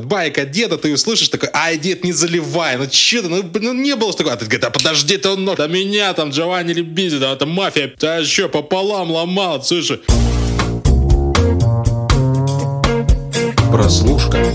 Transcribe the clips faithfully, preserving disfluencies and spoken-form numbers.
байка деда, ты ее слышишь, такой, ай, дед, не заливай, ну че ты, ну, ну не было такого. А ты говоришь, а подожди, ты он, да меня там Джованни Рибизи, да, это мафия, да еще пополам ломал, слышишь? Прослушка.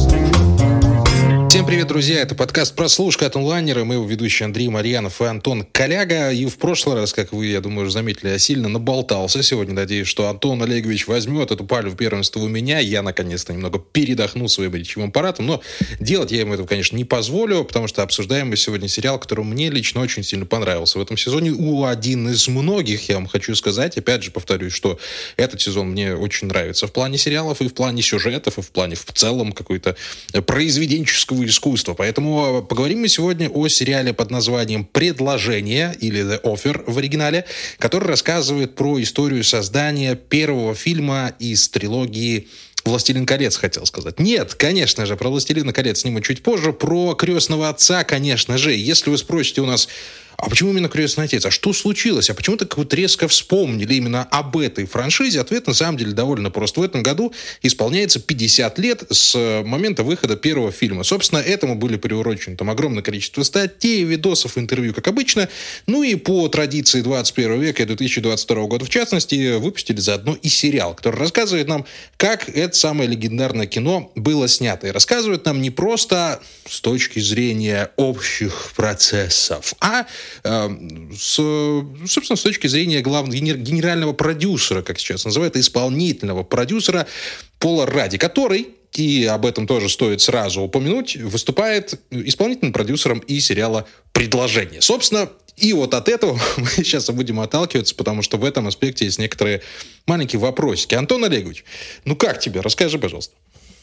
Всем привет, друзья! Это подкаст «Прослушка» от онлайнера. Мы его ведущие Андрей Марьянов и Антон Коляга. И в прошлый раз, как вы, я думаю, уже заметили, я сильно наболтался. Сегодня надеюсь, что Антон Олегович возьмет эту палю в первенство у меня. Я, наконец-то, немного передохну своим речевым аппаратом. Но делать я ему этого, конечно, не позволю, потому что обсуждаем мы сегодня сериал, который мне лично очень сильно понравился в этом сезоне. У один из многих, я вам хочу сказать, опять же повторюсь, что этот сезон мне очень нравится в плане сериалов, и в плане сюжетов, и в плане в целом какой-то произведенческого искусства. Поэтому поговорим мы сегодня о сериале под названием «Предложение» или «The Offer» в оригинале, который рассказывает про историю создания первого фильма из трилогии «Властелин колец», хотел сказать. Нет, конечно же, про «Властелина колец» сниму чуть позже. Про «Крестного отца», конечно же. Если вы спросите у нас, а почему именно «Крестный отец»? А что случилось? А почему так вот резко вспомнили именно об этой франшизе? Ответ на самом деле довольно прост. В этом году исполняется пятьдесят лет с момента выхода первого фильма. Собственно, этому были приурочены там огромное количество статей, видосов, интервью, как обычно. Ну и по традиции двадцать первого века и две тысячи двадцать второго года, в частности, выпустили заодно и сериал, который рассказывает нам, как это самое легендарное кино было снято. И рассказывает нам не просто с точки зрения общих процессов, а С, собственно, с точки зрения главного генерального продюсера, как сейчас называют, исполнительного продюсера Пола Радди, который, и об этом тоже стоит сразу упомянуть, выступает исполнительным продюсером и сериала «Предложение». Собственно, и вот от этого мы сейчас и будем отталкиваться, потому что в этом аспекте есть некоторые маленькие вопросики. Антон Олегович, ну как тебе? Расскажи, пожалуйста.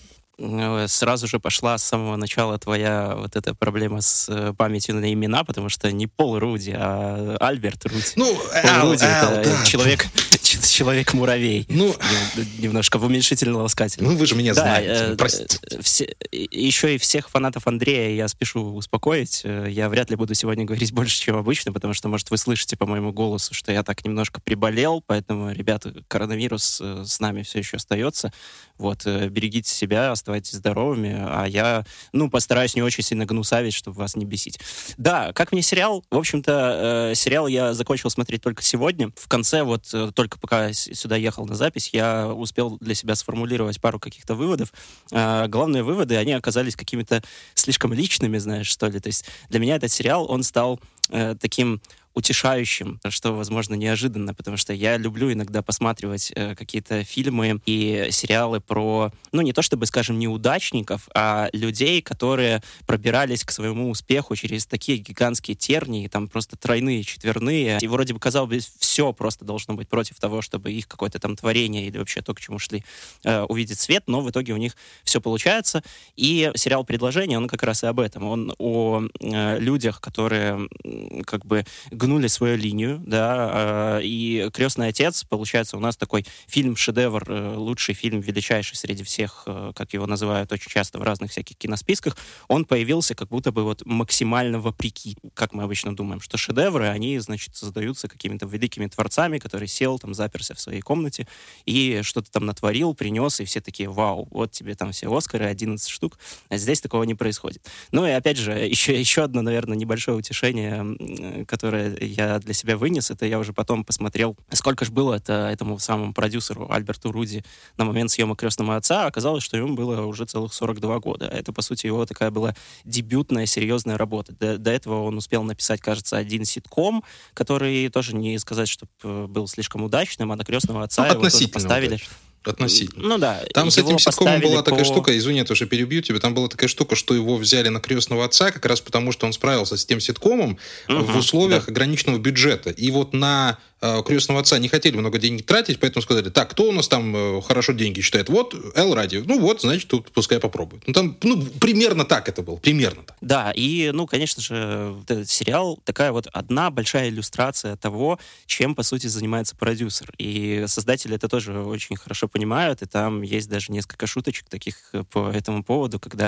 Сразу же пошла с самого начала твоя вот эта проблема с памятью на имена, потому что не Пол Руди, а Альберт Руди. Ну, Пол Ал, Руди Ал, это да. человек, человек-муравей. Ну, немножко в уменьшительно-ласкательном. Ну, вы же меня да, знаете, э, простите. Все, еще и всех фанатов Андрея я спешу успокоить. Я вряд ли буду сегодня говорить больше, чем обычно, потому что, может, вы слышите по моему голосу, что я так немножко приболел, поэтому, ребята, коронавирус с нами все еще остается. Вот, берегите себя, оставайтесь здоровыми, а я, ну, постараюсь не очень сильно гнусавить, чтобы вас не бесить. Да, как мне сериал? В общем-то, э, сериал я закончил смотреть только сегодня. В конце, вот, э, только пока сюда ехал на запись, я успел для себя сформулировать пару каких-то выводов. Э, главные выводы, они оказались какими-то слишком личными, знаешь, что ли. То есть для меня этот сериал, он стал э, таким утешающим, что, возможно, неожиданно, потому что я люблю иногда посматривать э, какие-то фильмы и сериалы про, ну, не то чтобы, скажем, неудачников, а людей, которые пробирались к своему успеху через такие гигантские тернии, там просто тройные, четверные, и вроде бы, казалось бы, все просто должно быть против того, чтобы их какое-то там творение или вообще то, к чему шли, э, увидеть свет, но в итоге у них все получается. И сериал «Предложение», он как раз и об этом. Он о э, людях, которые э, как бы гнули свою линию, да, э, и «Крестный отец», получается, у нас такой фильм-шедевр, э, лучший фильм, величайший среди всех, э, как его называют очень часто в разных всяких киносписках, он появился как будто бы вот максимально вопреки, как мы обычно думаем, что шедевры, они, значит, создаются какими-то великими творцами, который сел, там, заперся в своей комнате и что-то там натворил, принес, и все такие, вау, вот тебе там все Оскары, одиннадцать штук, а здесь такого не происходит. Ну и опять же, еще, еще одно, наверное, небольшое утешение, которое я для себя вынес, это я уже потом посмотрел, сколько же было это, этому самому продюсеру Альберту Руди на момент съемок «Крестного отца», оказалось, что ему было уже целых сорок два года. Это, по сути, его такая была дебютная, серьезная работа. До, до этого он успел написать, кажется, один ситком, который тоже не сказать, что был слишком удачным, а на «Крестного отца» ну, его тоже поставили. Удачно. Относительно. Ну да. Там с этим ситкомом была по... такая штука, извини, я тоже перебью тебя, там была такая штука, что его взяли на «Крестного отца как раз потому, что он справился с тем ситкомом угу, в условиях да. ограниченного бюджета. И вот на э, «Крестного отца» не хотели много денег тратить, поэтому сказали, так, кто у нас там э, хорошо деньги считает? Вот Эл Радди. Ну вот, значит, тут пускай попробует. Ну там, ну, примерно так это было, примерно так. Да, и, ну, конечно же, этот сериал такая вот одна большая иллюстрация того, чем, по сути, занимается продюсер. И создатели это тоже очень хорошо понимают, и там есть даже несколько шуточек таких по этому поводу, когда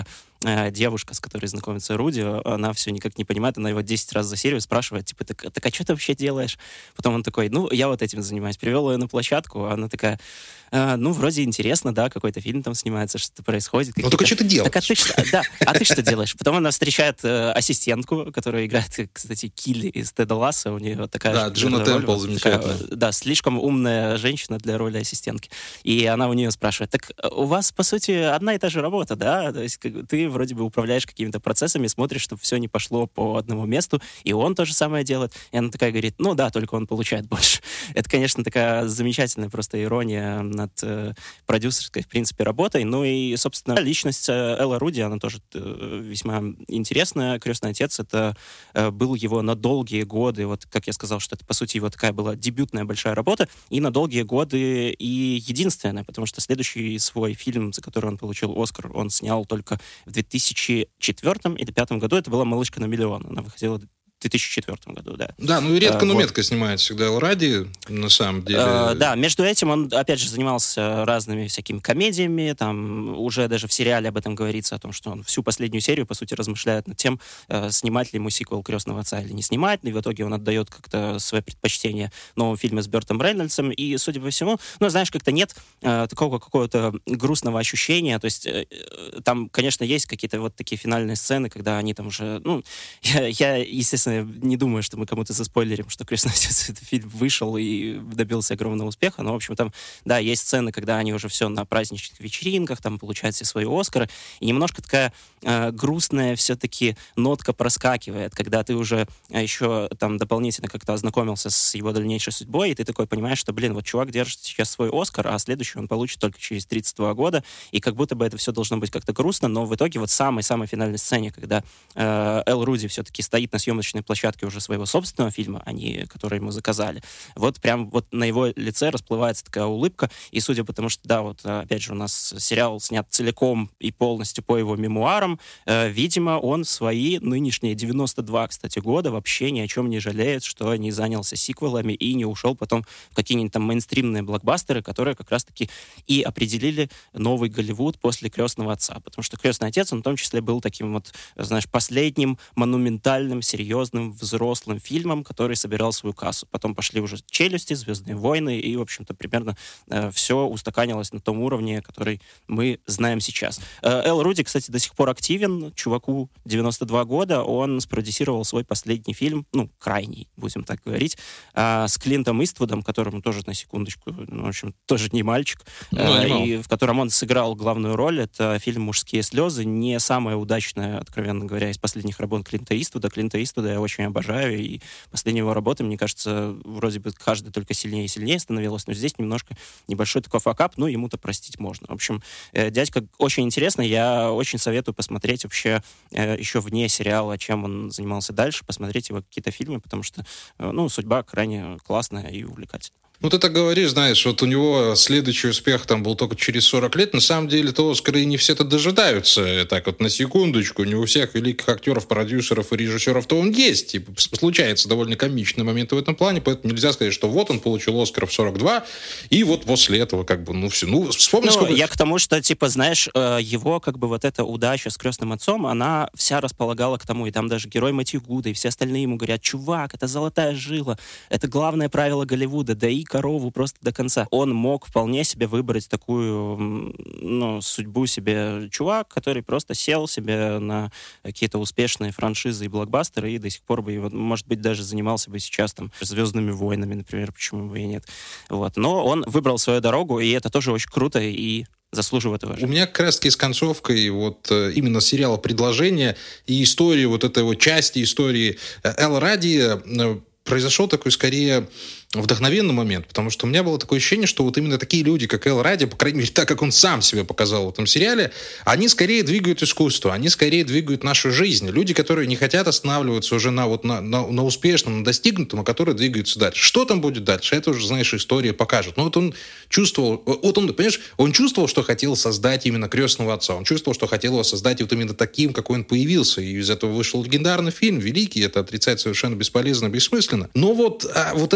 э, девушка, с которой знакомится Руди, она все никак не понимает, она его десять раз за серию спрашивает, типа, так, так а что ты вообще делаешь? Потом он такой, ну, я вот этим занимаюсь. Привел ее на площадку, она такая, э, ну, вроде интересно, да, какой-то фильм там снимается, что-то происходит. Ну, только что ты делаешь? Так, а ты что? Да, а ты что делаешь? Потом она встречает э, ассистентку, которая играет, кстати, Килли из Теда Ласса, у нее такая... Да, Джона Темпл замечательная. Да, слишком умная женщина для роли ассистентки. И она у нее спрашивает, так у вас, по сути, одна и та же работа, да? То есть как, ты вроде бы управляешь какими-то процессами, смотришь, чтобы все не пошло по одному месту, и он то же самое делает. И она такая говорит, ну да, только он получает больше. Это, конечно, такая замечательная просто ирония над э, продюсерской, в принципе, работой. Ну и, собственно, личность Элла Руди, она тоже э, весьма интересная. «Крестный отец» — это э, был его на долгие годы, вот как я сказал, что это, по сути, его такая была дебютная большая работа, и на долгие годы и единственная, потому что следующий свой фильм, за который он получил «Оскар», он снял только в две тысячи четвёртом или две тысячи пятом году. Это была «Малышка на миллион». Она выходила в две тысячи четвёртом году, да. Да, ну и редко, а, но вот. метко снимает всегда Эл Ради, на самом деле. А, да, между этим он, опять же, занимался разными всякими комедиями, там уже даже в сериале об этом говорится, о том, что он всю последнюю серию, по сути, размышляет над тем, э, снимать ли ему сиквел «Крестного отца» или не снимать, и в итоге он отдает как-то свое предпочтение новому фильму с Бёртом Рейнольдсом, и, судя по всему, ну, знаешь, как-то нет э, такого какого-то грустного ощущения, то есть э, там, конечно, есть какие-то вот такие финальные сцены, когда они там уже, ну, я, я естественно, не думаю, что мы кому-то заспойлерим, что «Крестный отец» этот фильм вышел и добился огромного успеха, но, в общем, там, да, есть сцены, когда они уже все на праздничных вечеринках, там, получают все свои «Оскары», и немножко такая э, грустная все-таки нотка проскакивает, когда ты уже э, еще там дополнительно как-то ознакомился с его дальнейшей судьбой, и ты такой понимаешь, что, блин, вот чувак держит сейчас свой «Оскар», а следующий он получит только через тридцать два года, и как будто бы это все должно быть как-то грустно, но в итоге вот самой-самой финальной сцене, когда э, Эл Руди все-таки стоит на съемочной площадке уже своего собственного фильма, а не который ему заказали, вот прям вот на его лице расплывается такая улыбка, и судя по тому, что, да, вот опять же у нас сериал снят целиком и полностью по его мемуарам, э, видимо, он свои нынешние девяносто два, кстати, года вообще ни о чем не жалеет, что не занялся сиквелами и не ушел потом в какие-нибудь там мейнстримные блокбастеры, которые как раз-таки и определили новый Голливуд после «Крестного отца», потому что «Крестный отец», он в том числе был таким вот, знаешь, последним монументальным, серьезным, взрослым фильмом, который собирал свою кассу. Потом пошли уже «Челюсти», «Звездные войны», и, в общем-то, примерно э, все устаканилось на том уровне, который мы знаем сейчас. Э, Эл Руди, кстати, до сих пор активен. Чуваку девяносто два года. Он спродюсировал свой последний фильм, ну, крайний, будем так говорить, э, с Клинтом Иствудом, которому тоже, на секундочку, ну, в общем, тоже не мальчик, э, и в котором он сыграл главную роль. Это фильм «Мужские слезы». Не самая удачная, откровенно говоря, из последних работ Клинта Иствуда. Клинта Иствуда я очень обожаю, и последние его работы, мне кажется, вроде бы каждый только сильнее и сильнее становилась, но здесь немножко небольшой такой факап, ну, ему-то простить можно. В общем, э, дядька очень интересный, я очень советую посмотреть вообще э, еще вне сериала, чем он занимался дальше, посмотреть его какие-то фильмы, потому что, э, ну, судьба крайне классная и увлекательная. Ну, ты так говоришь, знаешь, вот у него следующий успех там был только через сорок лет. На самом деле-то Оскары и не все-то дожидаются. Так вот, на секундочку, не у всех великих актеров, продюсеров и режиссеров-то он есть. Типа, случается довольно комичные моменты в этом плане, поэтому нельзя сказать, что вот он получил Оскар в сорок два, и вот после этого как бы, ну, все. Ну, вспомни, ну, сколько... Я к тому, что, типа, знаешь, его как бы вот эта удача с «Крестным отцом», она вся располагала к тому, и там даже герой Мэтью Гуда, и все остальные ему говорят, чувак, это золотая жила, это главное правило Голливуда, да и корову просто до конца. Он мог вполне себе выбрать такую, ну, судьбу себе чувак, который просто сел себе на какие-то успешные франшизы и блокбастеры, и до сих пор бы, может быть, даже занимался бы сейчас там «Звездными войнами», например, почему бы и нет. Вот. Но он выбрал свою дорогу, и это тоже очень круто, и заслуживает уважения. У меня как раз-таки с концовкой вот именно сериала «Предложение» и истории, вот этой вот части истории Эл Ради произошел такой, скорее, вдохновенный момент, потому что у меня было такое ощущение, что вот именно такие люди, как Эл Ради, по крайней мере, так как он сам себя показал в этом сериале, они скорее двигают искусство, они скорее двигают нашу жизнь. Люди, которые не хотят останавливаться уже на, вот, на, на, на успешном, на достигнутом, а которые двигаются дальше. Что там будет дальше? Это уже, знаешь, история покажет. Но вот он чувствовал, вот он, понимаешь, он чувствовал, что хотел создать именно «Крестного отца». Он чувствовал, что хотел его создать вот именно таким, какой он появился. И из этого вышел легендарный фильм, великий, это отрицать совершенно бесполезно, бессмысленно. Но вот, а, вот это вот последнее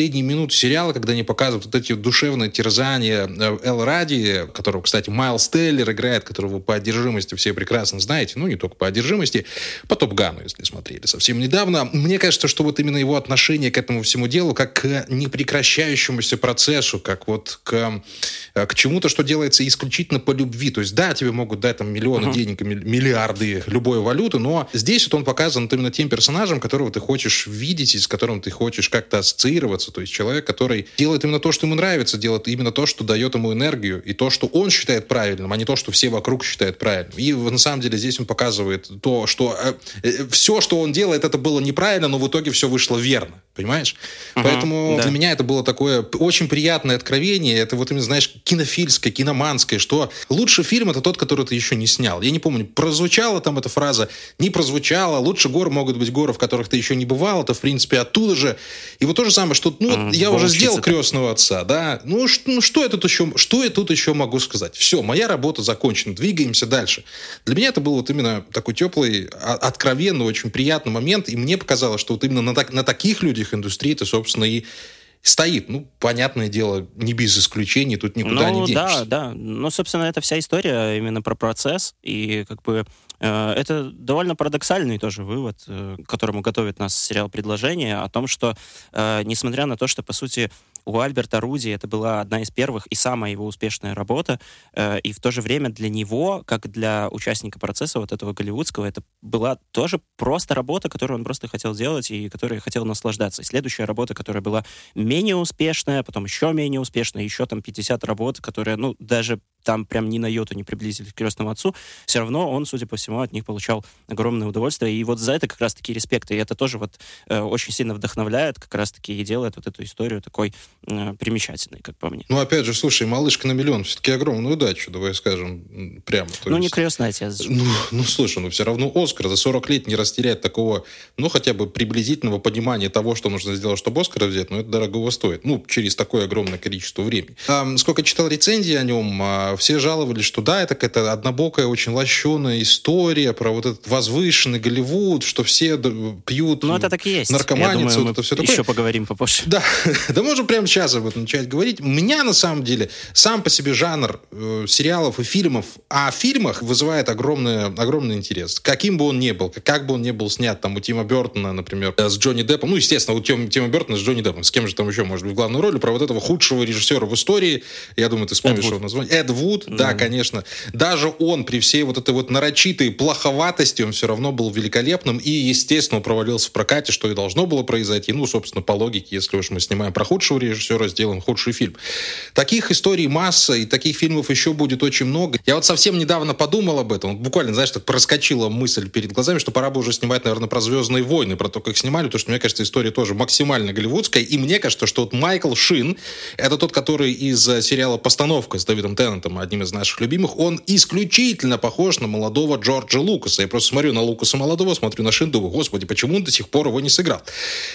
последние минуты сериала, когда они показывают вот эти душевные терзания Эл Ради, которого, кстати, Майлз Теллер играет, которого по одержимости все прекрасно знаете, ну, не только по одержимости, по Топ Гану, если смотрели совсем недавно. Мне кажется, что вот именно его отношение к этому всему делу, как к непрекращающемуся процессу, как вот к, к чему-то, что делается исключительно по любви. То есть, да, тебе могут дать там миллионы uh-huh. денег, миллиарды любой валюты, но здесь вот он показан вот именно тем персонажем, которого ты хочешь видеть и с которым ты хочешь как-то ассоциироваться. То есть человек, который делает именно то, что ему нравится, делает именно то, что дает ему энергию, и то, что он считает правильным, а не то, что все вокруг считают правильным. И на самом деле здесь он показывает то, что э, э, все, что он делает, это было неправильно, но в итоге все вышло верно. Понимаешь? Uh-huh, Поэтому да. для меня это было такое очень приятное откровение. Это вот именно, знаешь, кинофильское, киноманское, что лучший фильм — это тот, который ты еще не снял. Я не помню, прозвучала там эта фраза, не прозвучала. Лучше горы могут быть горы, в которых ты еще не бывал. Это, в принципе, оттуда же. И вот то же самое, что ну, uh-huh, я уже сделал «Крестного отца», да? Ну, ш- ну что, я тут еще, что я тут еще могу сказать? Все, моя работа закончена. Двигаемся дальше. Для меня это был вот именно такой теплый, откровенный, очень приятный момент. И мне показалось, что вот именно на, так, на таких людях индустрии-то, собственно, и стоит. Ну, понятное дело, не без исключений, тут никуда ну, не денешься. Да, да. Ну, собственно, это вся история именно про процесс, и как бы э, это довольно парадоксальный тоже вывод, э, к которому готовит нас сериал «Предложение», о том, что, э, несмотря на то, что, по сути, у Альберта Руди это была одна из первых и самая его успешная работа, э, и в то же время для него, как для участника процесса вот этого голливудского, это была тоже просто работа, которую он просто хотел делать и которой хотел наслаждаться. И следующая работа, которая была менее успешная, потом еще менее успешная, еще там пятьдесят работ, которые, ну, даже там прям ни на йоту не приблизились к «Крестному отцу», все равно он, судя по всему, от них получал огромное удовольствие. И вот за это как раз-таки респект. И это тоже вот э, очень сильно вдохновляет как раз-таки и делает вот эту историю такой э, примечательной, как по мне. Ну, опять же, слушай, «Малышка на миллион» все-таки огромную удачу, давай скажем прямо. То ну, есть... не «Крестный отец». Ну, ну, слушай, ну, все равно «Оскар» за сорок лет не растерять такого, ну, хотя бы приблизительного понимания того, что нужно сделать, чтобы «Оскара» взять, но это дорогого стоит. Ну, через такое огромное количество времени. А, сколько читал рецензии о нем, а, все жаловались, что да, это какая-то однобокая, очень лощеная история про вот этот возвышенный Голливуд, что все пьют, ну, это так и есть. наркоманятся, вот это все такое. Еще поговорим попозже. Да, да можем прямо сейчас об этом начать говорить. У меня, на самом деле, сам по себе жанр э, сериалов и фильмов о фильмах вызывает огромный, огромный интерес. Каким бы он ни был, как бы он ни был снят, там, у Тима Бертона, например, с Джонни Деппом, ну, естественно, у Тима, Тима Бертона с Джонни Деппом, с кем же там еще, может быть, в главную роль, про вот этого худшего режиссера в истории, я думаю, ты вспомнишь его название, Эд Вуд, mm-hmm. да, конечно. Даже он, при всей вот этой вот нарочитой плоховатости, он все равно был великолепным и, естественно, провалился в прокате, что и должно было произойти. Ну, собственно, по логике, если уж мы снимаем про худшего режиссера, сделаем худший фильм. Таких историй масса, и таких фильмов еще будет очень много. Я вот совсем недавно подумал об этом. Буквально, знаешь, так проскочила мысль перед глазами, что пора бы уже снимать, наверное, про «Звездные войны», про то, как их снимали, потому что, мне кажется, история тоже максимально голливудская. И мне кажется, что вот Майкл Шин, это тот, который из сериала «Постановка» с Дэвидом Теннантом, одним из наших любимых, он исключительно похож на молодого Джорджа Лукаса. Я просто смотрю на Лукаса молодого, смотрю на Шин, думаю, господи, почему он до сих пор его не сыграл?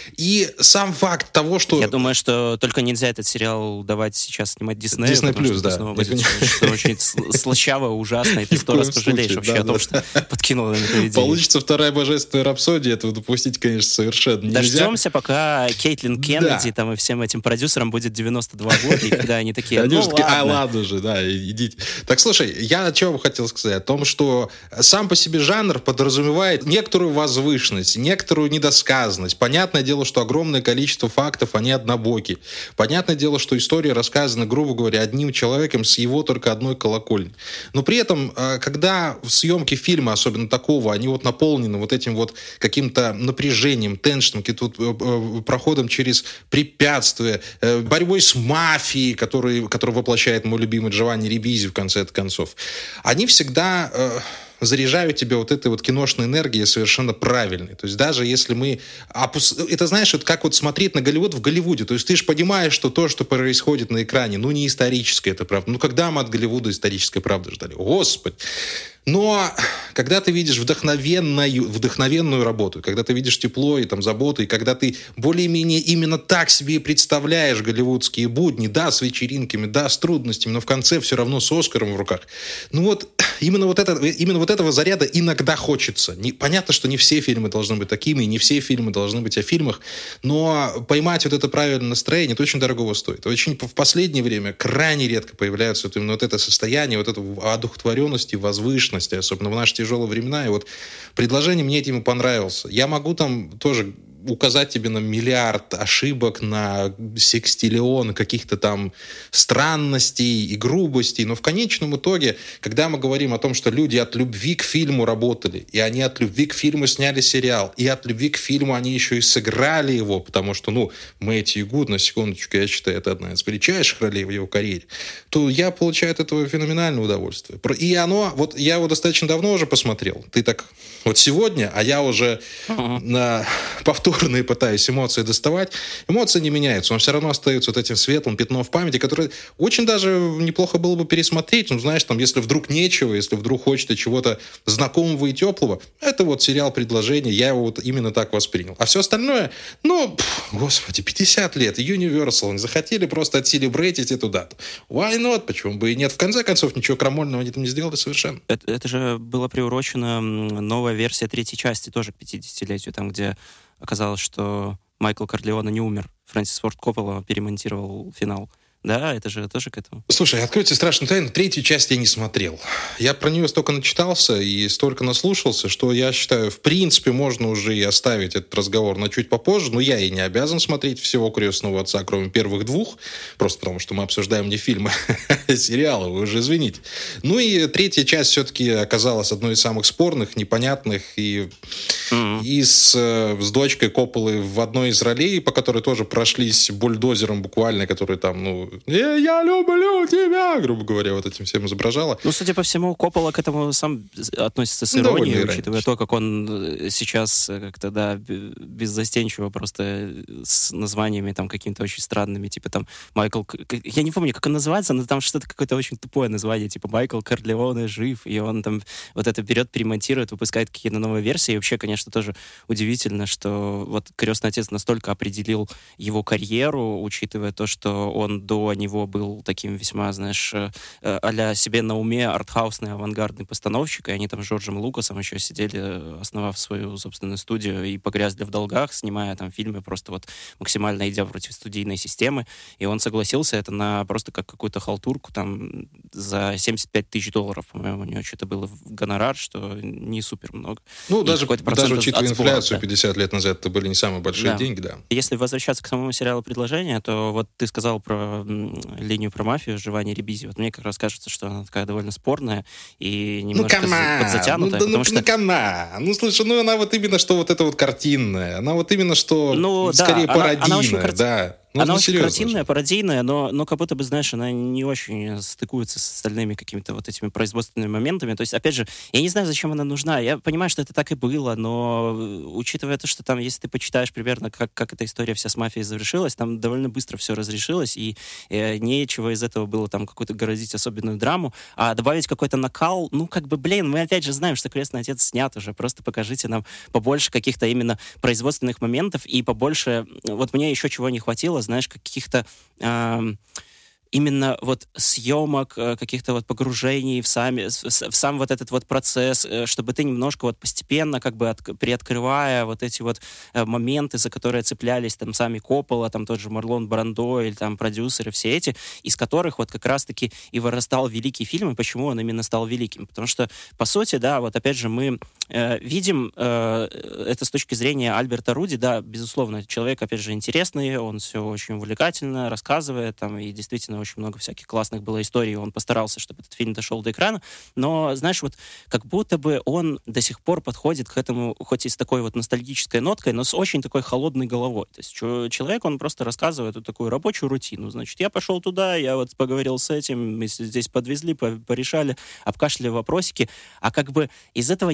И сам факт того, что... Я думаю, что только нельзя этот сериал давать сейчас снимать Диснею. Disney Plus, да. Снова будет что очень слащаво, ужасно, и ты сто раз пожалеешь вообще о том, что подкинул на эту идею. Получится вторая божественная рапсодия, этого допустить, конечно, совершенно нельзя. Дождемся, пока Кейтлин Кеннеди там и всем этим продюсерам будет девяносто два года, и когда они такие, ну ладно. А, ладно же, да, идите. Так, слушай, я о чем хотел сказать? О том, что сам по себе жанр подразумевает некоторую возвышенность, некоторую недосказанность. Понятное дело, что огромное количество фактов, они однобоки. Понятное дело, что история рассказана, грубо говоря, одним человеком с его только одной колокольни. Но при этом, когда съемки фильма, особенно такого, они вот наполнены вот этим вот каким-то напряжением, теншном, каким-то вот проходом через препятствия, борьбой с мафией, который, которую воплощает мой любимый Джованни Рибизи в конце концов, они всегда э, заряжают тебя вот этой вот киношной энергией совершенно правильной. То есть даже если мы... Опус... Это, знаешь, вот как вот смотреть на Голливуд в Голливуде. То есть ты же понимаешь, что то, что происходит на экране, ну, не историческое, это правда. Ну, когда мы от Голливуда исторической правды ждали? Господи! Но когда ты видишь вдохновенную, вдохновенную работу, когда ты видишь тепло и там, заботу, и когда ты более-менее именно так себе и представляешь голливудские будни, да, с вечеринками, да, с трудностями, но в конце все равно с Оскаром в руках. Ну вот, именно вот, это, именно вот этого заряда иногда хочется. Не, понятно, что не все фильмы должны быть такими, и не все фильмы должны быть о фильмах, но поймать вот это правильное настроение, это очень дорого стоит. Очень в последнее время крайне редко появляется вот именно вот это состояние, вот это одухотворенности, возвышенности, особенно в наши тяжелые времена. И вот предложение мне этим и понравился. Я могу там тоже указать тебе на миллиард ошибок, на секстиллион каких-то там странностей и грубостей, но в конечном итоге, когда мы говорим о том, что люди от любви к фильму работали, и они от любви к фильму сняли сериал, и от любви к фильму они еще и сыграли его, потому что, ну, Мэтью Гуд, на секундочку, я считаю, это одна из величайших ролей в его карьере, то я получаю от этого феноменальное удовольствие. И оно, вот я его достаточно давно уже посмотрел, ты так вот сегодня, а я уже uh-huh. на повтор пытаюсь эмоции доставать, эмоции не меняются, он все равно остается вот этим светлым пятном в памяти, которое очень даже неплохо было бы пересмотреть, ну, знаешь, там, если вдруг нечего, если вдруг хочется чего-то знакомого и теплого, это вот сериал «Предложение», я его вот именно так воспринял. А все остальное, ну, пф, господи, пятьдесят лет, Universal, они захотели просто отселебрейтить эту дату. Why not? Почему бы и нет? В конце концов, ничего крамольного они там не сделали совершенно. Это, это же было приурочено новая версия третьей части, тоже к пятидесятилетию, там, где оказалось, что Майкл Корлеоне не умер. Фрэнсис Форд Коппола перемонтировал финал. Да, это же тоже к этому. Слушай, открою тебе страшную тайну. Третью часть я не смотрел. Я про нее столько начитался и столько наслушался, что я считаю, в принципе, можно уже и оставить этот разговор на чуть попозже, но я и не обязан смотреть всего «Крестного отца», кроме первых двух, просто потому что мы обсуждаем не фильмы, а сериалы, вы уже извините. Ну и третья часть все-таки оказалась одной из самых спорных, непонятных, и, mm-hmm. и с, с дочкой Копполы в одной из ролей, по которой тоже прошлись бульдозером буквально, который там, ну, Я, я люблю тебя, грубо говоря, вот этим всем изображала. Ну, судя по всему, Коппола к этому сам относится с иронией, довольно учитывая иронично. То, как он сейчас как-то, да, беззастенчиво просто с названиями там какими-то очень странными, типа там Майкл... Я не помню, как он называется, но там что-то какое-то очень тупое название, типа Майкл Корлеоне жив, и он там вот это берет, перемонтирует, выпускает какие-то новые версии. И вообще, конечно, тоже удивительно, что вот «Крестный отец» настолько определил его карьеру, учитывая то, что он до него был таким весьма, знаешь, а-ля себе на уме артхаусный авангардный постановщик, и они там с Джорджем Лукасом еще сидели, основав свою собственную студию, и погрязли в долгах, снимая там фильмы, просто вот максимально идя против студийной системы, и он согласился это на просто как какую-то халтурку там за семьдесят пять тысяч долларов, по-моему, у него что-то было в гонорар, что не супер много. Ну, даже, даже учитывая инфляцию, да. пятьдесят лет назад это были не самые большие да. деньги, да. Если возвращаться к самому сериалу «Предложение», то вот ты сказал про линию про мафию, Жевани Рибизи. Вот мне как раз кажется, что она такая довольно спорная и немножко ну, подзатянутая. Ну, ну, что... ну, кама. Ну, слушай, ну она вот именно что вот это вот картинная. Она вот именно что ну, скорее да, пародийная. Она, она очень карти... да. Ну, она ну, очень картинная, пародийная, но, но как будто бы, знаешь, она не очень стыкуется с остальными какими-то вот этими производственными моментами. То есть, опять же, я не знаю, зачем она нужна. Я понимаю, что это так и было, но учитывая то, что там, если ты почитаешь примерно, как, как эта история вся с мафией завершилась, там довольно быстро все разрешилось, и э, нечего из этого было там какую-то городить особенную драму, а добавить какой-то накал, ну, как бы, блин, мы опять же знаем, что «Крестный отец» снят уже, просто покажите нам побольше каких-то именно производственных моментов и побольше, вот мне еще чего не хватило, знаешь, каких-то э, именно вот съемок, каких-то вот погружений в, сами, в сам вот этот вот процесс, чтобы ты немножко вот постепенно как бы от, приоткрывая вот эти вот моменты, за которые цеплялись там сами Коппола, там тот же Марлон Брандо или там продюсеры, все эти, из которых вот как раз-таки и вырастал великий фильм, и почему он именно стал великим. Потому что, по сути, да, вот опять же мы э, видим э, это с точки зрения Альберта Руди, да, безусловно, человек, опять же, интересный, он все очень увлекательно рассказывает, там, и действительно очень много всяких классных было историй, он постарался, чтобы этот фильм дошел до экрана, но, знаешь, вот как будто бы он до сих пор подходит к этому, хоть и с такой вот ностальгической ноткой, но с очень такой холодной головой. То есть человек, он просто рассказывает вот такую рабочую рутину. Значит, я пошел туда, я вот поговорил с этим, мы здесь подвезли, порешали, обкашляли вопросики, а как бы из этого не очень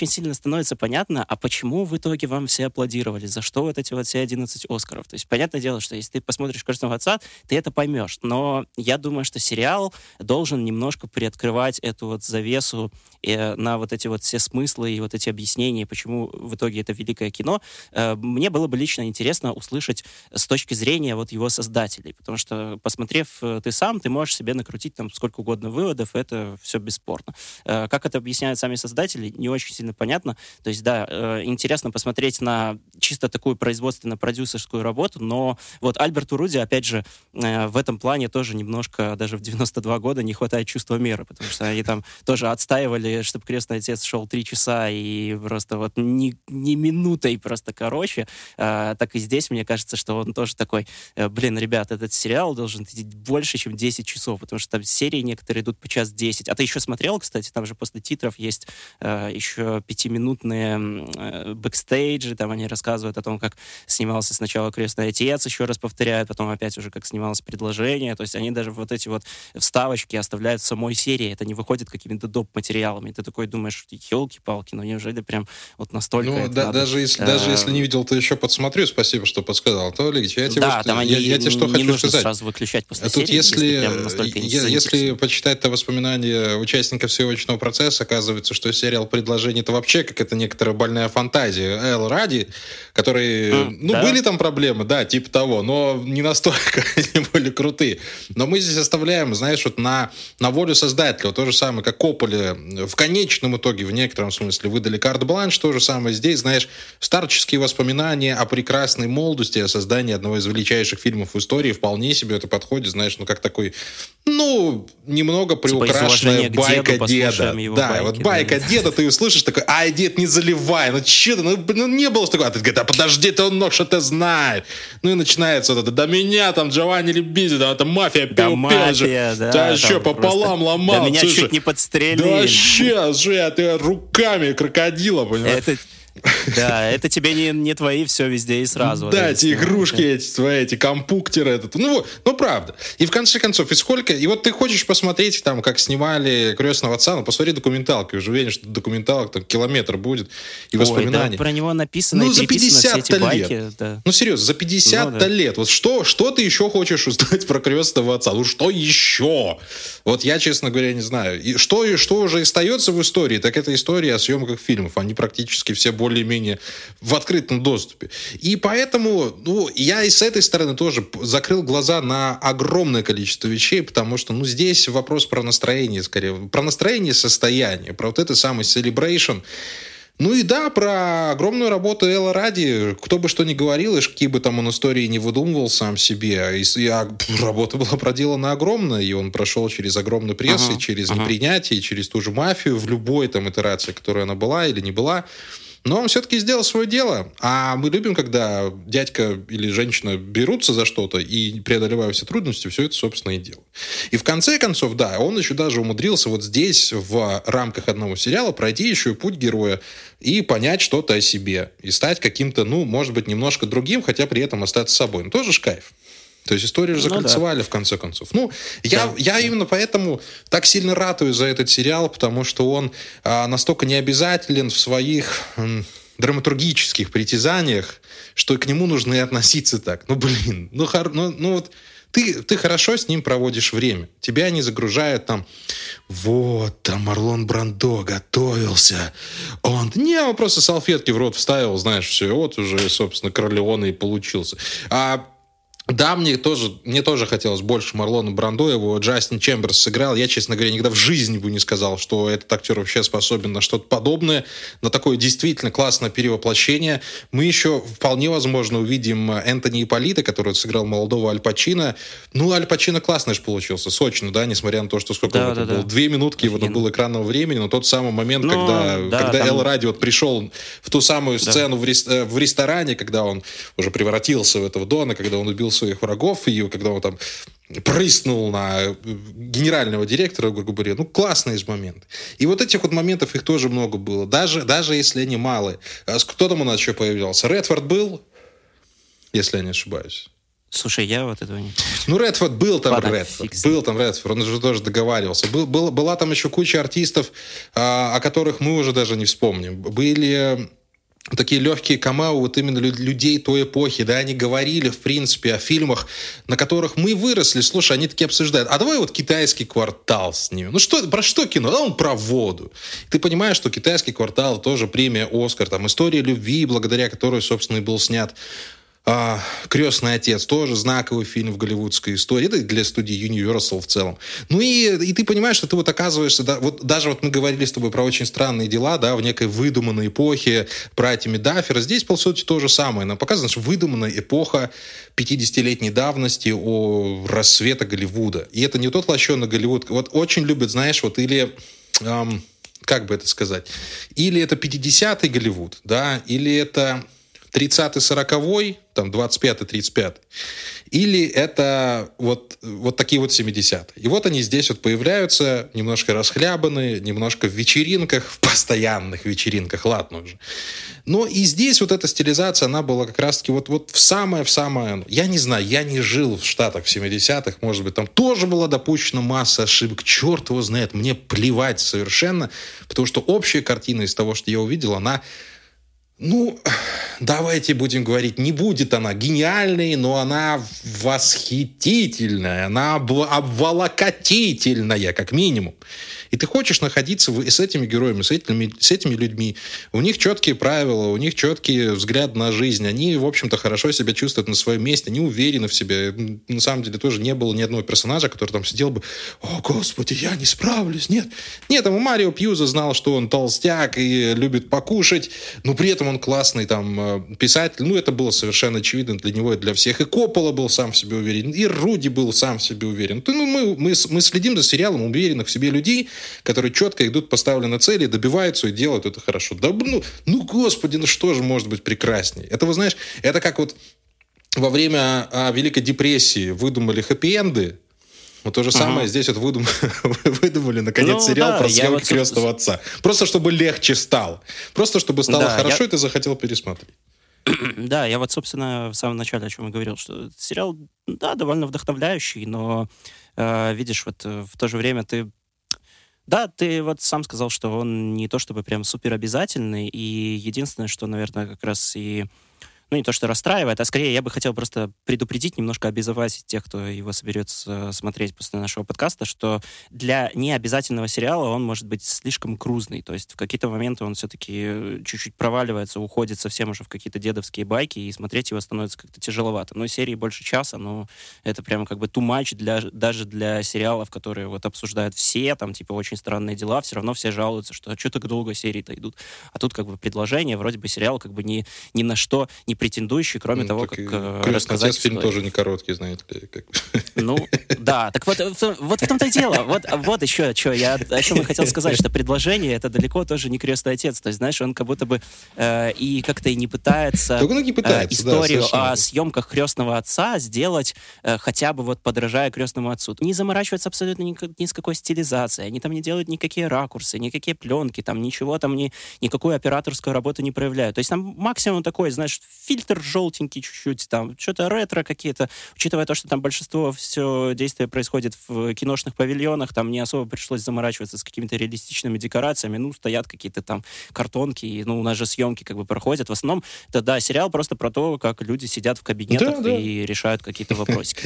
сильно становится понятно, а почему в итоге вам все аплодировали, за что вот эти вот все одиннадцать Оскаров. То есть, понятное дело, что если ты посмотришь «Крестного отца», ты это поймешь. Но я думаю, что сериал должен немножко приоткрывать эту вот завесу э, на вот эти вот все смыслы и вот эти объяснения, почему в итоге это великое кино. Э, мне было бы лично интересно услышать с точки зрения вот его создателей, потому что, посмотрев э, ты сам, ты можешь себе накрутить там сколько угодно выводов, это все бесспорно. Э, как это объясняют сами создатели, не очень сильно понятно. То есть, да, э, интересно посмотреть на чисто такую производственно-продюсерскую работу, но вот Альберту Руди, опять же, э, в этом плане тоже немножко, даже в девяносто два года, не хватает чувства меры, потому что они там тоже отстаивали, чтобы «Крестный отец» шел три часа и просто вот ни, ни минутой просто короче. Э, так и здесь, мне кажется, что он тоже такой, э, блин, ребят, этот сериал должен идти больше, чем десять часов, потому что там серии некоторые идут по час десять. А ты еще смотрел, кстати, там же после титров есть э, еще пятиминутные э, бэкстейджи, там они рассказывают о том, как снимался сначала «Крестный отец», еще раз повторяют, потом опять уже как снималось «Предложение». То есть они даже вот эти вот вставочки оставляют в самой серии. Это не выходит какими-то доп. Материалами. Ты такой думаешь, елки-палки, ну неужели прям вот настолько... Ну, да, даже, если, даже если не видел, то еще подсмотрю. Спасибо, что подсказал. То, Ильич, я тебе, да, что, там они я, я тебе что не хочу нужно сказать. Сразу выключать после а тут серии, если, если, если, если почитать-то воспоминания участников съемочного процесса, оказывается, что сериал «Предложение» — это вообще как это некоторая больная фантазия Эл Ради, которые, mm, ну, да? были там проблемы, да, типа того, но не настолько они были крутые. Но мы здесь оставляем, знаешь, вот на, на волю создателя. Вот то же самое, как Копполе в конечном итоге, в некотором смысле, выдали карт-бланш. То же самое здесь, знаешь, старческие воспоминания о прекрасной молодости, о создании одного из величайших фильмов в истории. Вполне себе это подходит, знаешь, ну, как такой, ну, немного приукрашенная типа байка деда. Да, байки, вот байка да, деда, ты услышишь такой, ай, дед, не заливай, ну, что-то, ну, ну, не было такого. А ты говоришь, а подожди, ты он много что-то знает. Ну, и начинается вот это, да меня там Джованни Рибизи, да, это мафия, да, пел, мафия, же. да. Да, еще пополам ломал. Да меня слушай, чуть не подстрелили. Да вообще, же, ты руками крокодила, понимаешь? Это... Да, это тебе не, не твои все везде и сразу. Да, эти игрушки, эти твои, эти компьютеры. Этот. Ну, ну, правда. И в конце концов, и сколько... И вот ты хочешь посмотреть, там, как снимали «Крестного отца», ну, посмотри документалки. Уже уверен, что документалок там километр будет и воспоминаний. Ой, да, про него написано ну, и за пятьдесят байки, лет. Да. Ну, серьезно, за пятьдесят ну, да. лет. Вот что, что ты еще хочешь узнать про «Крестного отца»? Ну, что еще? Вот я, честно говоря, не знаю. И что, что уже остается в истории, так это история о съемках фильмов. Они практически все более-менее в открытом доступе. И поэтому, ну, я и с этой стороны тоже закрыл глаза на огромное количество вещей, потому что, ну, здесь вопрос про настроение, скорее. Про настроение, состояние, про вот это самый celebration. Ну и да, про огромную работу Эла Ради, кто бы что ни говорил, и какие бы там он истории не выдумывал сам себе, и, а, работа была проделана огромная, и он прошел через огромный пресс, uh-huh. и через uh-huh. непринятие, и через ту же мафию, в любой там итерации, которая она была или не была. Но он все-таки сделал свое дело. А мы любим, когда дядька или женщина берутся за что-то и, преодолевая все трудности, все это, собственно, и делают. И в конце концов, да, он еще даже умудрился вот здесь, в рамках одного сериала, пройти еще и путь героя и понять что-то о себе. И стать каким-то, ну, может быть, немножко другим, хотя при этом остаться собой. Ну, тоже ж кайф. То есть историю же закольцевали, ну, да. в конце концов. Ну, я, да. я именно поэтому так сильно ратую за этот сериал, потому что он а, настолько необязателен в своих м, драматургических притязаниях, что к нему нужно и относиться так. Ну, блин, ну, хор, ну, ну вот ты, ты хорошо с ним проводишь время. Тебя не загружают там, вот, там Марлон Брандо готовился. Он, не, он просто салфетки в рот вставил, знаешь, все, и вот уже, собственно, Корлеоне и получился. А да, мне тоже, мне тоже хотелось больше Марлона Брандо, его Джастин Чемберс сыграл. Я, честно говоря, никогда в жизни бы не сказал, что этот актер вообще способен на что-то подобное, на такое действительно классное перевоплощение. Мы еще вполне возможно увидим Энтони Ипполита, который сыграл молодого Аль Пачино. Ну, Аль Пачино классно же получился, сочно, да, несмотря на то, что сколько да, да, было, да. две минутки его было экранного времени, но тот самый момент, но, когда, да, когда там... Эл Ради вот пришел в ту самую сцену да. в, рес... в ресторане, когда он уже превратился в этого Дона, когда он убил своих врагов, и когда он там прыснул на генерального директора, грубо говоря, ну, классные же моменты. И вот этих вот моментов их тоже много было, даже, даже если они малые. Кто там у нас еще появлялся? Редфорд был, если я не ошибаюсь. Слушай, я вот этого не... Ну, Редфорд был там, Ладно, Редфорд. фикс. Был там Редфорд, он же тоже договаривался. Был, был, была там еще куча артистов, а, о которых мы уже даже не вспомним. Были такие легкие камео вот именно людей той эпохи, да, они говорили, в принципе, о фильмах, на которых мы выросли. Слушай, они такие обсуждают, а давай вот «Китайский квартал» снимем. Ну, что, про что кино? Да он про воду. Ты понимаешь, что «Китайский квартал» тоже премия «Оскар», там, история любви, благодаря которой, собственно, и был снят А, «Крестный отец», тоже знаковый фильм в голливудской истории, это для студии Universal в целом. Ну и, и ты понимаешь, что ты вот оказываешься, да, вот даже вот мы говорили с тобой про «Очень странные дела», да, в некой выдуманной эпохе про Тимми Даффера. Здесь, по сути, то же самое. Нам показано, что выдуманная эпоха пятидесятилетней давности о рассвета Голливуда. И это не тот лощеный Голливуд. Вот очень любят, знаешь, вот или... Эм, как бы это сказать? Или это пятидесятый Голливуд, да, или это... тридцатый сороковой, там двадцать пятый тридцать пятый, или это вот, вот такие вот семидесятые. И вот они здесь вот появляются, немножко расхлябанные, немножко в вечеринках, в постоянных вечеринках, ладно уже. Но и здесь вот эта стилизация, она была как раз-таки вот, вот в самое, в самое... Я не знаю, я не жил в Штатах в семидесятых, может быть, там тоже была допущена масса ошибок, черт его знает, мне плевать совершенно, потому что общая картина из того, что я увидел, она... Ну, давайте будем говорить, не будет она гениальной, но она восхитительная, она обволокотительная, как минимум. И ты хочешь находиться с этими героями, с этими, с этими людьми. У них четкие правила, у них четкий взгляд на жизнь. Они, в общем-то, хорошо себя чувствуют на своем месте, они уверены в себе. На самом деле тоже не было ни одного персонажа, который там сидел бы: «О, Господи, я не справлюсь». Нет. Нет, там Марио Пьюза знал, что он толстяк и любит покушать, но при этом он классный там писатель. Ну, это было совершенно очевидно для него и для всех. И Коппола был сам в себе уверен, и Руди был сам в себе уверен. Ну, мы, мы, мы следим за сериалом уверенных в себе людей, которые четко идут к поставленной цели, добиваются и делают это хорошо. Да, ну, ну, господи, ну что же может быть прекраснее? Это, вы знаешь, это как вот во время а, Великой депрессии выдумали хэппи-энды. Вот то же самое uh-huh. здесь вот выдум... выдумали, наконец, ну, сериал да, про съемки вот... «Крестного отца». Просто чтобы легче стало. Просто чтобы стало да, хорошо, я... и ты захотел пересмотреть. Да, я вот, собственно, в самом начале о чем и говорил, что сериал, да, довольно вдохновляющий, но, э, видишь, вот в то же время ты... Да, ты вот сам сказал, что он не то чтобы прям супер обязательный, и единственное, что, наверное, как раз и... Ну, не то, что расстраивает, а скорее я бы хотел просто предупредить, немножко обезопасить тех, кто его соберется смотреть после нашего подкаста, что для необязательного сериала он может быть слишком крузный. То есть в какие-то моменты он все-таки чуть-чуть проваливается, уходит совсем уже в какие-то дедовские байки, и смотреть его становится как-то тяжеловато. Но серии больше часа, но это прямо как бы too much для, даже для сериалов, которые вот обсуждают все, там типа «Очень странные дела», все равно все жалуются, что а что так долго серии-то идут. А тут как бы предложение, вроде бы сериал как бы ни, ни на что не претендующий, кроме ну, того, как э, рассказать фильм историю. Тоже не короткий, знаете ли. Как... Ну, да. Так вот, вот в том-то и дело. Вот, вот еще что. Я о чем я хотел сказать, что предложение — это далеко тоже не «Крестный отец». То есть, знаешь, он как будто бы э, и как-то и не пытается, не пытается э, историю да, о съемках «Крестного отца» сделать э, хотя бы вот подражая «Крестному отцу». Не заморачивается абсолютно ни, ни с какой стилизацией. Они там не делают никакие ракурсы, никакие пленки, там ничего там, ни, никакую операторскую работу не проявляют. То есть там максимум такой, знаешь, фильтр желтенький чуть-чуть, там, что-то ретро какие-то, учитывая то, что там большинство все действия происходит в киношных павильонах, там не особо пришлось заморачиваться с какими-то реалистичными декорациями, ну, стоят какие-то там картонки, и, ну, у нас же съемки как бы проходят. В основном, это, да, сериал просто про то, как люди сидят в кабинетах да, да. и решают какие-то вопросики.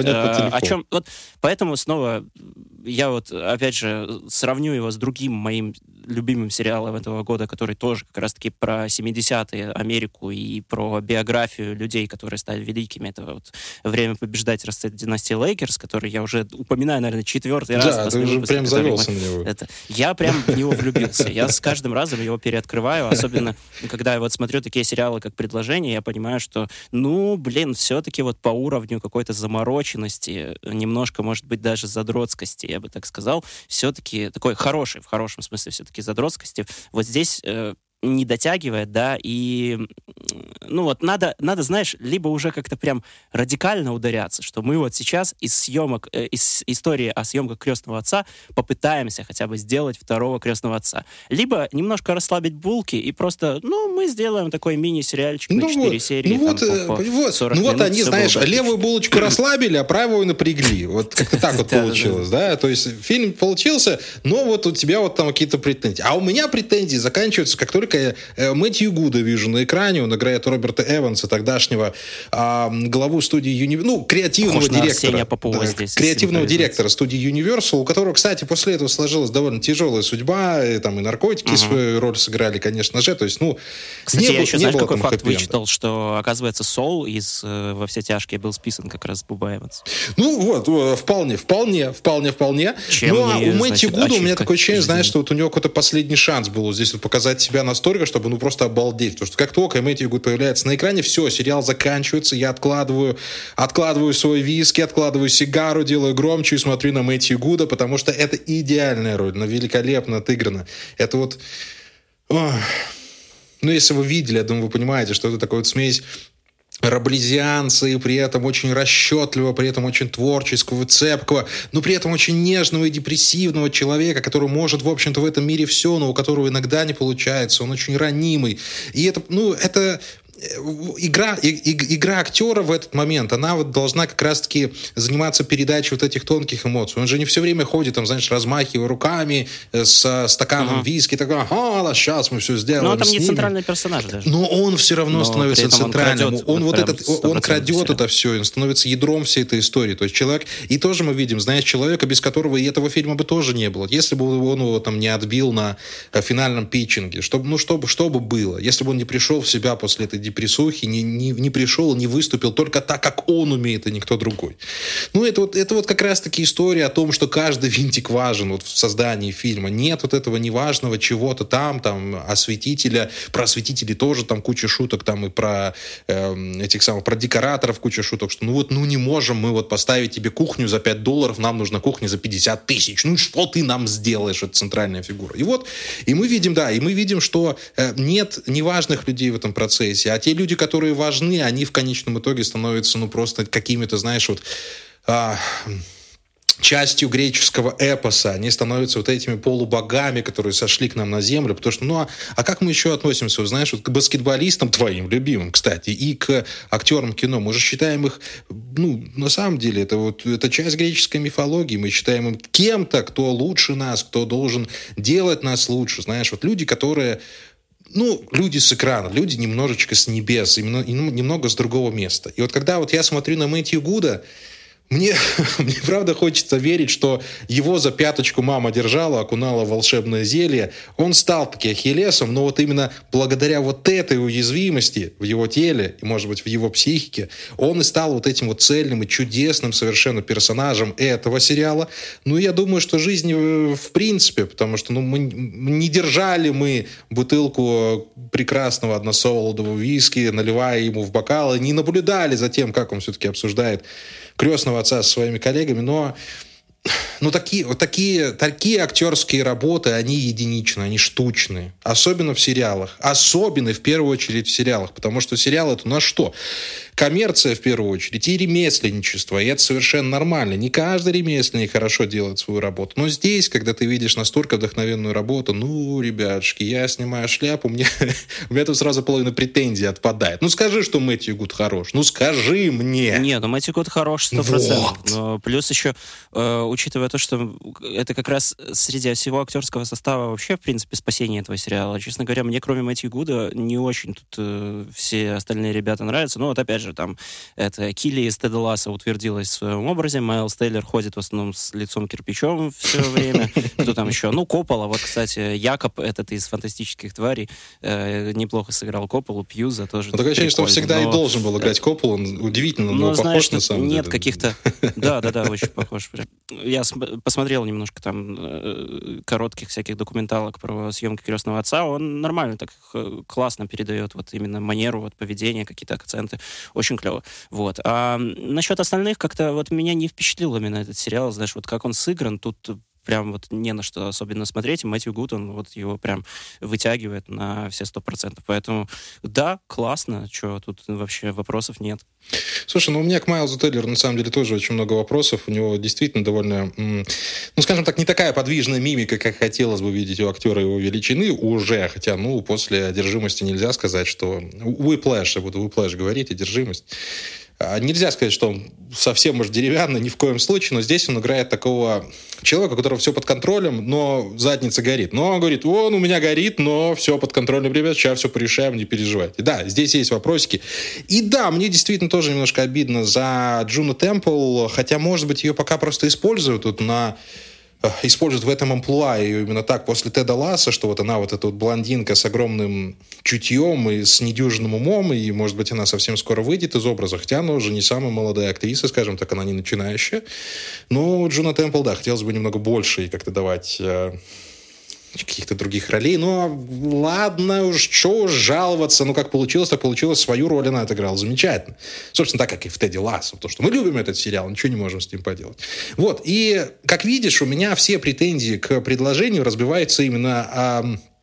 О чем, вот, поэтому снова я вот, опять же, сравню его с другим моим любимым сериалом этого года, который тоже как раз-таки про семидесятые Америку и про биографию людей, которые стали великими. Это вот «Время побеждать. Расцвет династии Лейкерс», который я уже упоминаю, наверное, четвертый раз. Да, ты уже прям завелся на него. Это... Я прям в него влюбился. Я с каждым разом его переоткрываю, особенно когда я вот смотрю такие сериалы, как «Предложение», я понимаю, что, ну, блин, все-таки вот по уровню какой-то замороченности, немножко, может быть, даже задротскости, я бы так сказал, все-таки такой хороший, в хорошем смысле все-таки задротскости. Вот здесь... Э, не дотягивает, да, и, ну вот, надо, надо, знаешь, либо уже как-то прям радикально ударяться, что мы вот сейчас из съемок, э, из истории о съемках «Крестного отца» попытаемся хотя бы сделать второго «Крестного отца». Либо немножко расслабить булки и просто, ну, мы сделаем такой мини-сериальчик ну на четыре вот, серии. Ну вот, там, по, по вот, ну вот они, знаешь, левую булочку расслабили, а правую напрягли. Вот как-то так вот получилось, да? То есть фильм получился, но вот у тебя вот там какие-то претензии. А у меня претензии заканчиваются, как только я Мэтью Гуда вижу на экране, он играет Роберта Эванса, тогдашнего а, главу студии Universal, ну, креативного директора. Да, здесь, креативного директора студии Universal, у которого, кстати, после этого сложилась довольно тяжелая судьба, и, там и наркотики uh-huh. свою роль сыграли, конечно же. То есть, ну, кстати, не я был, еще, не знаешь, было какой факт хэппи-энда. Вычитал, что, оказывается, Сол из э, «Во все тяжкие» был списан как раз Буба Эванс. Ну, вот, вполне, вполне, вполне, вполне. Чем ну, а не, у Мэтью Гуда у меня такое ощущение, жизни. знаешь, что вот у него какой-то последний шанс был здесь вот показать себя настолько, чтобы, ну, просто обалдеть. Потому что как только Мэтью Гуд появляется на экране, все, сериал заканчивается, я откладываю, откладываю свой виски, откладываю сигару, делаю громче и смотрю на Мэтью Гуда, потому что это идеальная роль, она великолепно отыграна. Это вот... Ох. Ну, если вы видели, я думаю, вы понимаете, что это такая вот смесь раблезианца, и при этом очень расчетливого, при этом очень творческого, цепкого, но при этом очень нежного и депрессивного человека, который может, в общем-то, в этом мире все, но у которого иногда не получается, он очень ранимый. И это, ну, это... Игра, и, и, игра актера в этот момент, она вот должна как раз-таки заниматься передачей вот этих тонких эмоций. Он же не все время ходит, там, знаешь, размахивая руками с стаканом uh-huh. виски, такой, ага, сейчас мы все сделаем. Но он там с не ними. центральный персонаж даже. Но он все равно Но становится центральным. Он, он, вот этот, он крадет это все, он становится ядром всей этой истории. То есть человек, и тоже мы видим, знаешь, человека, без которого и этого фильма бы тоже не было. Если бы он его там не отбил на финальном питчинге, чтобы, ну, что, что бы было, если бы он не пришел в себя после этой депрессухи, не, не, не пришел, не выступил только так, как он умеет, а никто другой. Ну, это вот, это вот как раз-таки история о том, что каждый винтик важен вот в создании фильма. Нет вот этого неважного чего-то там, там, осветителя, про осветителей тоже там куча шуток, там и про э, этих самых, про декораторов куча шуток, что ну вот, ну не можем мы вот поставить тебе кухню за пять долларов, нам нужна кухня за пятьдесят тысяч. Ну что ты нам сделаешь, это центральная фигура. И вот, и мы видим, да, и мы видим, что э, нет неважных людей в этом процессе, а те люди, которые важны, они в конечном итоге становятся, ну, просто какими-то, знаешь, вот а, частью греческого эпоса. Они становятся вот этими полубогами, которые сошли к нам на землю, потому что, ну, а, а как мы еще относимся, вот, знаешь, вот к баскетболистам, твоим любимым, кстати, и к актерам кино? Мы же считаем их, ну, на самом деле, это вот, это часть греческой мифологии, мы считаем им кем-то, кто лучше нас, кто должен делать нас лучше, знаешь, вот люди, которые ну, люди с экрана, люди немножечко с небес, именно, немного с другого места. И вот когда вот я смотрю на Мэтью Гуда, Мне, мне правда хочется верить, что его за пяточку мама держала, окунала в волшебное зелье. Он стал таки Ахиллесом, но вот именно благодаря вот этой уязвимости в его теле и, может быть, в его психике, он и стал вот этим вот цельным и чудесным совершенно персонажем этого сериала. Ну, я думаю, что жизнь в принципе, потому что ну, мы не держали мы бутылку прекрасного односолодового виски, наливая ему в бокалы, не наблюдали за тем, как он все-таки обсуждает «Крестного отца» со своими коллегами, но ну, такие, вот такие, такие актерские работы, они единичные, они штучные. Особенно в сериалах. Особенно, в первую очередь, в сериалах. Потому что сериал — это у нас что? Коммерция, в первую очередь, и ремесленничество. И это совершенно нормально. Не каждый ремесленник хорошо делает свою работу. Но здесь, когда ты видишь настолько вдохновенную работу, ну, ребятушки, я снимаю шляпу, мне, у меня тут сразу половина претензий отпадает. Ну, скажи, что Мэтью Гуд хорош. Ну, скажи мне. Нет, ну, Мэтью Гуд хорош сто процентов. Вот. Но плюс еще, э, учитывая то, что это как раз среди всего актерского состава вообще, в принципе, спасение этого сериала. Честно говоря, мне, кроме Мэтью Гуда, не очень тут э, все остальные ребята нравятся. Но вот опять же, там, это Килли из Теда Ласса утвердилась в своем образе. Майлз Тейлор ходит в основном с лицом кирпичом все время. Кто там еще? Ну, Коппола. Вот, кстати, Якоб, этот из «Фантастических тварей», э, неплохо сыграл Копполу. Пьюза тоже. Ну, такое ощущение, что он всегда но... и должен был играть Копполу. Он удивительно, но, но знаешь, похож на самом нет деле. Нет каких-то... Да, да, да, очень похож. Я посмотрел немножко там э, коротких всяких документалок про съемки «Крестного отца». Он нормально так э, классно передает вот именно манеру, вот поведение, какие-то акценты. Очень клево. Вот. А насчет остальных как-то вот меня не впечатлил именно этот сериал. Знаешь, вот как он сыгран, тут прям вот не на что особенно смотреть, и Мэтью Гуд, он вот его прям вытягивает на все сто процентов. Поэтому, да, классно, что тут вообще вопросов нет. Слушай, ну у меня к Майлзу Теллеру на самом деле тоже очень много вопросов. У него действительно довольно, ну скажем так, не такая подвижная мимика, как хотелось бы видеть у актера его величины уже. Хотя, ну, после «Одержимости» нельзя сказать, что... Whiplash, я буду Whiplash говорить, «Одержимость». Нельзя сказать, что он совсем уж деревянный, ни в коем случае, но здесь он играет такого человека, у которого все под контролем, но задница горит. Но он говорит, он у меня горит, но все под контролем, ребят, сейчас все порешаем, не переживайте. Да, здесь есть вопросики. И да, мне действительно тоже немножко обидно за Джуну Темпл, хотя, может быть, ее пока просто используют тут на... используют в этом амплуа ее именно так после Теда Ласса, что вот она вот эта вот блондинка с огромным чутьем и с недюжинным умом, и, может быть, она совсем скоро выйдет из образа, хотя она уже не самая молодая актриса, скажем так, она не начинающая. Но Джуна Темпл, да, хотелось бы немного больше ей как-то давать... каких-то других ролей, но ладно уж, что уж жаловаться, ну как получилось, так получилось, свою роль она отыграла замечательно. Собственно, так, как и в Теде Лассо, потому что мы любим этот сериал, ничего не можем с ним поделать. Вот, и, как видишь, у меня все претензии к предложению разбиваются именно... А,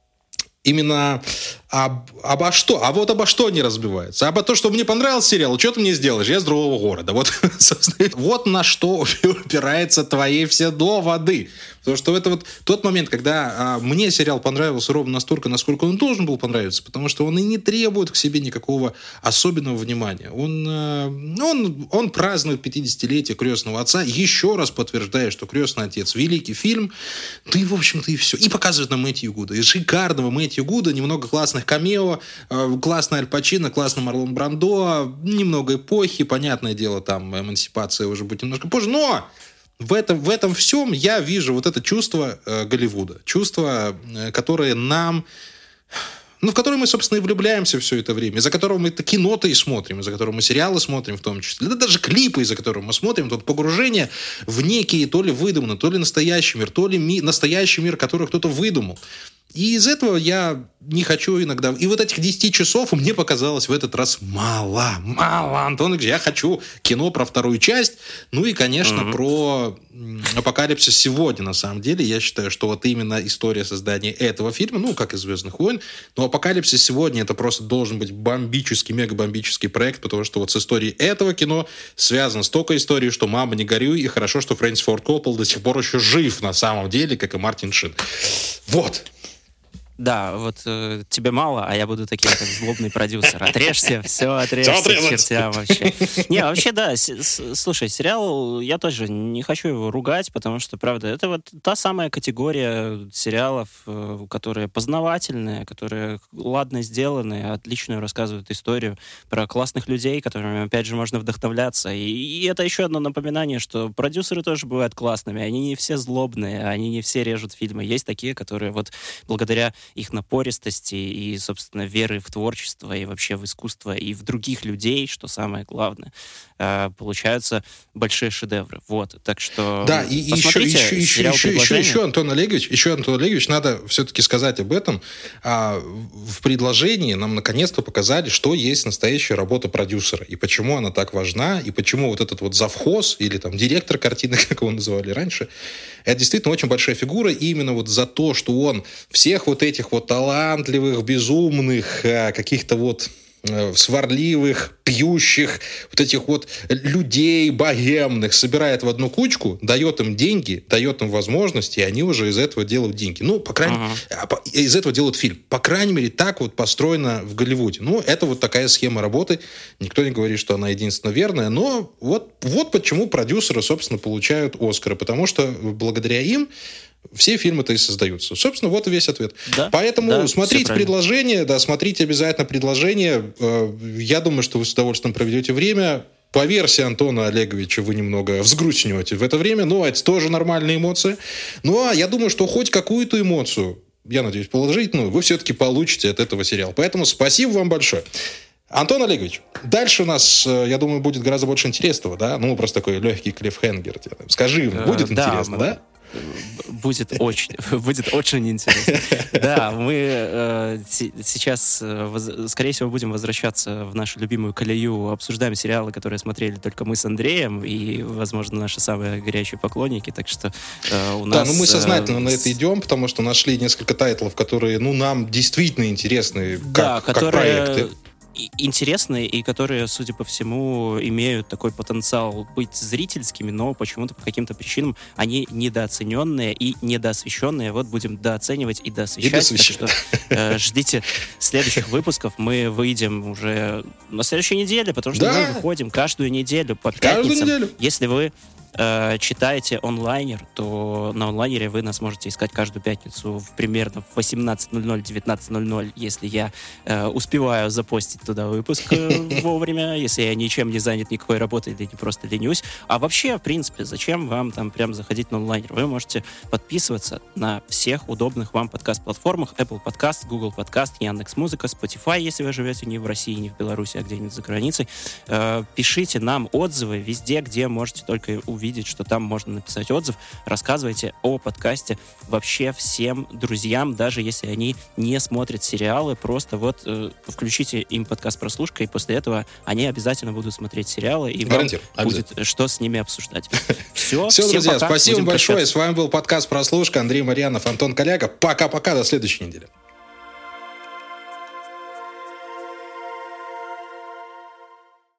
именно об, обо что? А вот обо что не разбивается? Обо то, что мне понравился сериал, что ты мне сделаешь? Я с другого города. Вот, вот на что упираются твои все доводы. Потому что это вот тот момент, когда а, мне сериал понравился ровно настолько, насколько он должен был понравиться, потому что он и не требует к себе никакого особенного внимания. Он, а, он, он празднует пятидесятилетие «Крестного отца», еще раз подтверждая, что «Крестный отец» — великий фильм. Да и, в общем-то, и все. И показывает нам Мэтью Гуда. И шикарного Мэтью Гуда, немного классных камео, а, классный Аль Пачино, классный Марлон Брандо, немного эпохи, понятное дело, там эмансипация уже будет немножко позже, но... В этом, в этом всем я вижу вот это чувство э, Голливуда. Чувство, э, которое нам... Ну, в которое мы, собственно, и влюбляемся все это время. Из-за которого мы это кино-то и смотрим. Из-за которого мы сериалы смотрим в том числе. Да даже клипы, из-за которого мы смотрим. Тут погружение в некий то ли выдуманный, то ли настоящий мир. То ли ми- настоящий мир, который кто-то выдумал. И из этого я не хочу иногда... И вот этих десяти часов мне показалось в этот раз мало. Мало, Антон Ильич. Я хочу кино про вторую часть. Ну и, конечно, mm-hmm. про апокалипсис сегодня, на самом деле. Я считаю, что вот именно история создания этого фильма, ну, как и «Звездных войн», но апокалипсис сегодня это просто должен быть бомбический, мега-бомбический проект, потому что вот с историей этого кино связано столько историй, что «Мама, не горюй», и хорошо, что Фрэнсис Форд Коппола до сих пор еще жив на самом деле, как и Мартин Шин. Вот. Да, вот э, тебе мало, а я буду таким, как злобный продюсер. Отрежься, все, отрежься к чертям вообще. Не, вообще, да, с, с, слушай, сериал, я тоже не хочу его ругать, потому что, правда, это вот та самая категория сериалов, э, которые познавательные, которые ладно сделаны, отлично рассказывают историю про классных людей, которыми, опять же, можно вдохновляться. И, и это еще одно напоминание, что продюсеры тоже бывают классными, они не все злобные, они не все режут фильмы. Есть такие, которые вот благодаря их напористости и, собственно, веры в творчество и вообще в искусство и в других людей, что самое главное, получаются большие шедевры. Вот, так что да, и еще, еще, еще, еще, еще, еще, Антон Олегович, еще, Антон Олегович, надо все-таки сказать об этом. А, в предложении нам наконец-то показали, что есть настоящая работа продюсера, и почему она так важна, и почему вот этот вот завхоз, или там директор картины, как его называли раньше, это действительно очень большая фигура, и именно вот за то, что он всех вот этих вот талантливых, безумных, каких-то вот сварливых, пьющих, вот этих вот людей богемных собирает в одну кучку, дает им деньги, дает им возможности, и они уже из этого делают деньги. Ну, по крайней мере, uh-huh. из этого делают фильм. По крайней мере, так вот построено в Голливуде. Ну, это вот такая схема работы. Никто не говорит, что она единственно верная, но вот, вот почему продюсеры, собственно, получают Оскары, потому что благодаря им все фильмы-то и создаются. Собственно, вот и весь ответ. Да, Поэтому да, смотрите предложение, да, смотрите обязательно предложение. Я думаю, что вы с удовольствием проведете время. По версии Антона Олеговича вы немного взгрустнете в это время, но это тоже нормальные эмоции. Ну, а я думаю, что хоть какую-то эмоцию, я надеюсь, положительную, вы все-таки получите от этого сериала. Поэтому спасибо вам большое. Антон Олегович, дальше у нас, я думаю, будет гораздо больше интересного, да? Ну, просто такой легкий клиффхенгер. Скажи, будет да, интересно, мы... да? Будет очень, будет очень интересно. Да, мы э, сейчас, э, воз, скорее всего, будем возвращаться в нашу любимую колею, обсуждаем сериалы, которые смотрели только мы с Андреем, и, возможно, наши самые горячие поклонники, так что э, у нас... Да, ну мы сознательно э, на это идем, потому что нашли несколько тайтлов, которые, ну, нам действительно интересны, как, да, как которые... проекты. Интересные и которые, судя по всему, имеют такой потенциал быть зрительскими, но почему-то по каким-то причинам они недооцененные и недоосвещенные. Вот будем дооценивать и доосвещать. И так что э, ждите следующих выпусков. Мы выйдем уже на следующей неделе, потому что да. мы выходим каждую неделю по Каждую пятницам. неделю. Если вы э, читаете онлайнер, то на онлайнере вы нас можете искать каждую пятницу в примерно в восемнадцать ноль ноль, девятнадцать ноль ноль, если я э, успеваю запостить туда выпуск э, вовремя, если я ничем не занят, никакой работой, да не просто ленюсь. А вообще, в принципе, зачем вам там прям заходить на онлайнер? Вы можете подписываться на всех удобных вам подкаст-платформах: Apple Podcast, Google Podcast, Яндекс.Музыка, Spotify, если вы живете не в России, не в Беларуси, а где-нибудь за границей. Э, пишите нам отзывы везде, где можете только увидеть, что там можно написать отзыв. Рассказывайте о подкасте вообще всем друзьям, даже если они не смотрят сериалы. Просто вот э, включите им подкаст «Прослушка», и после этого они обязательно будут смотреть сериалы, и вам будет что с ними обсуждать. Все, Все, друзья, пока. спасибо Будем большое. прощаться. С вами был подкаст «Прослушка». Андрей Марьянов, Антон Коляга. Пока-пока, до следующей недели.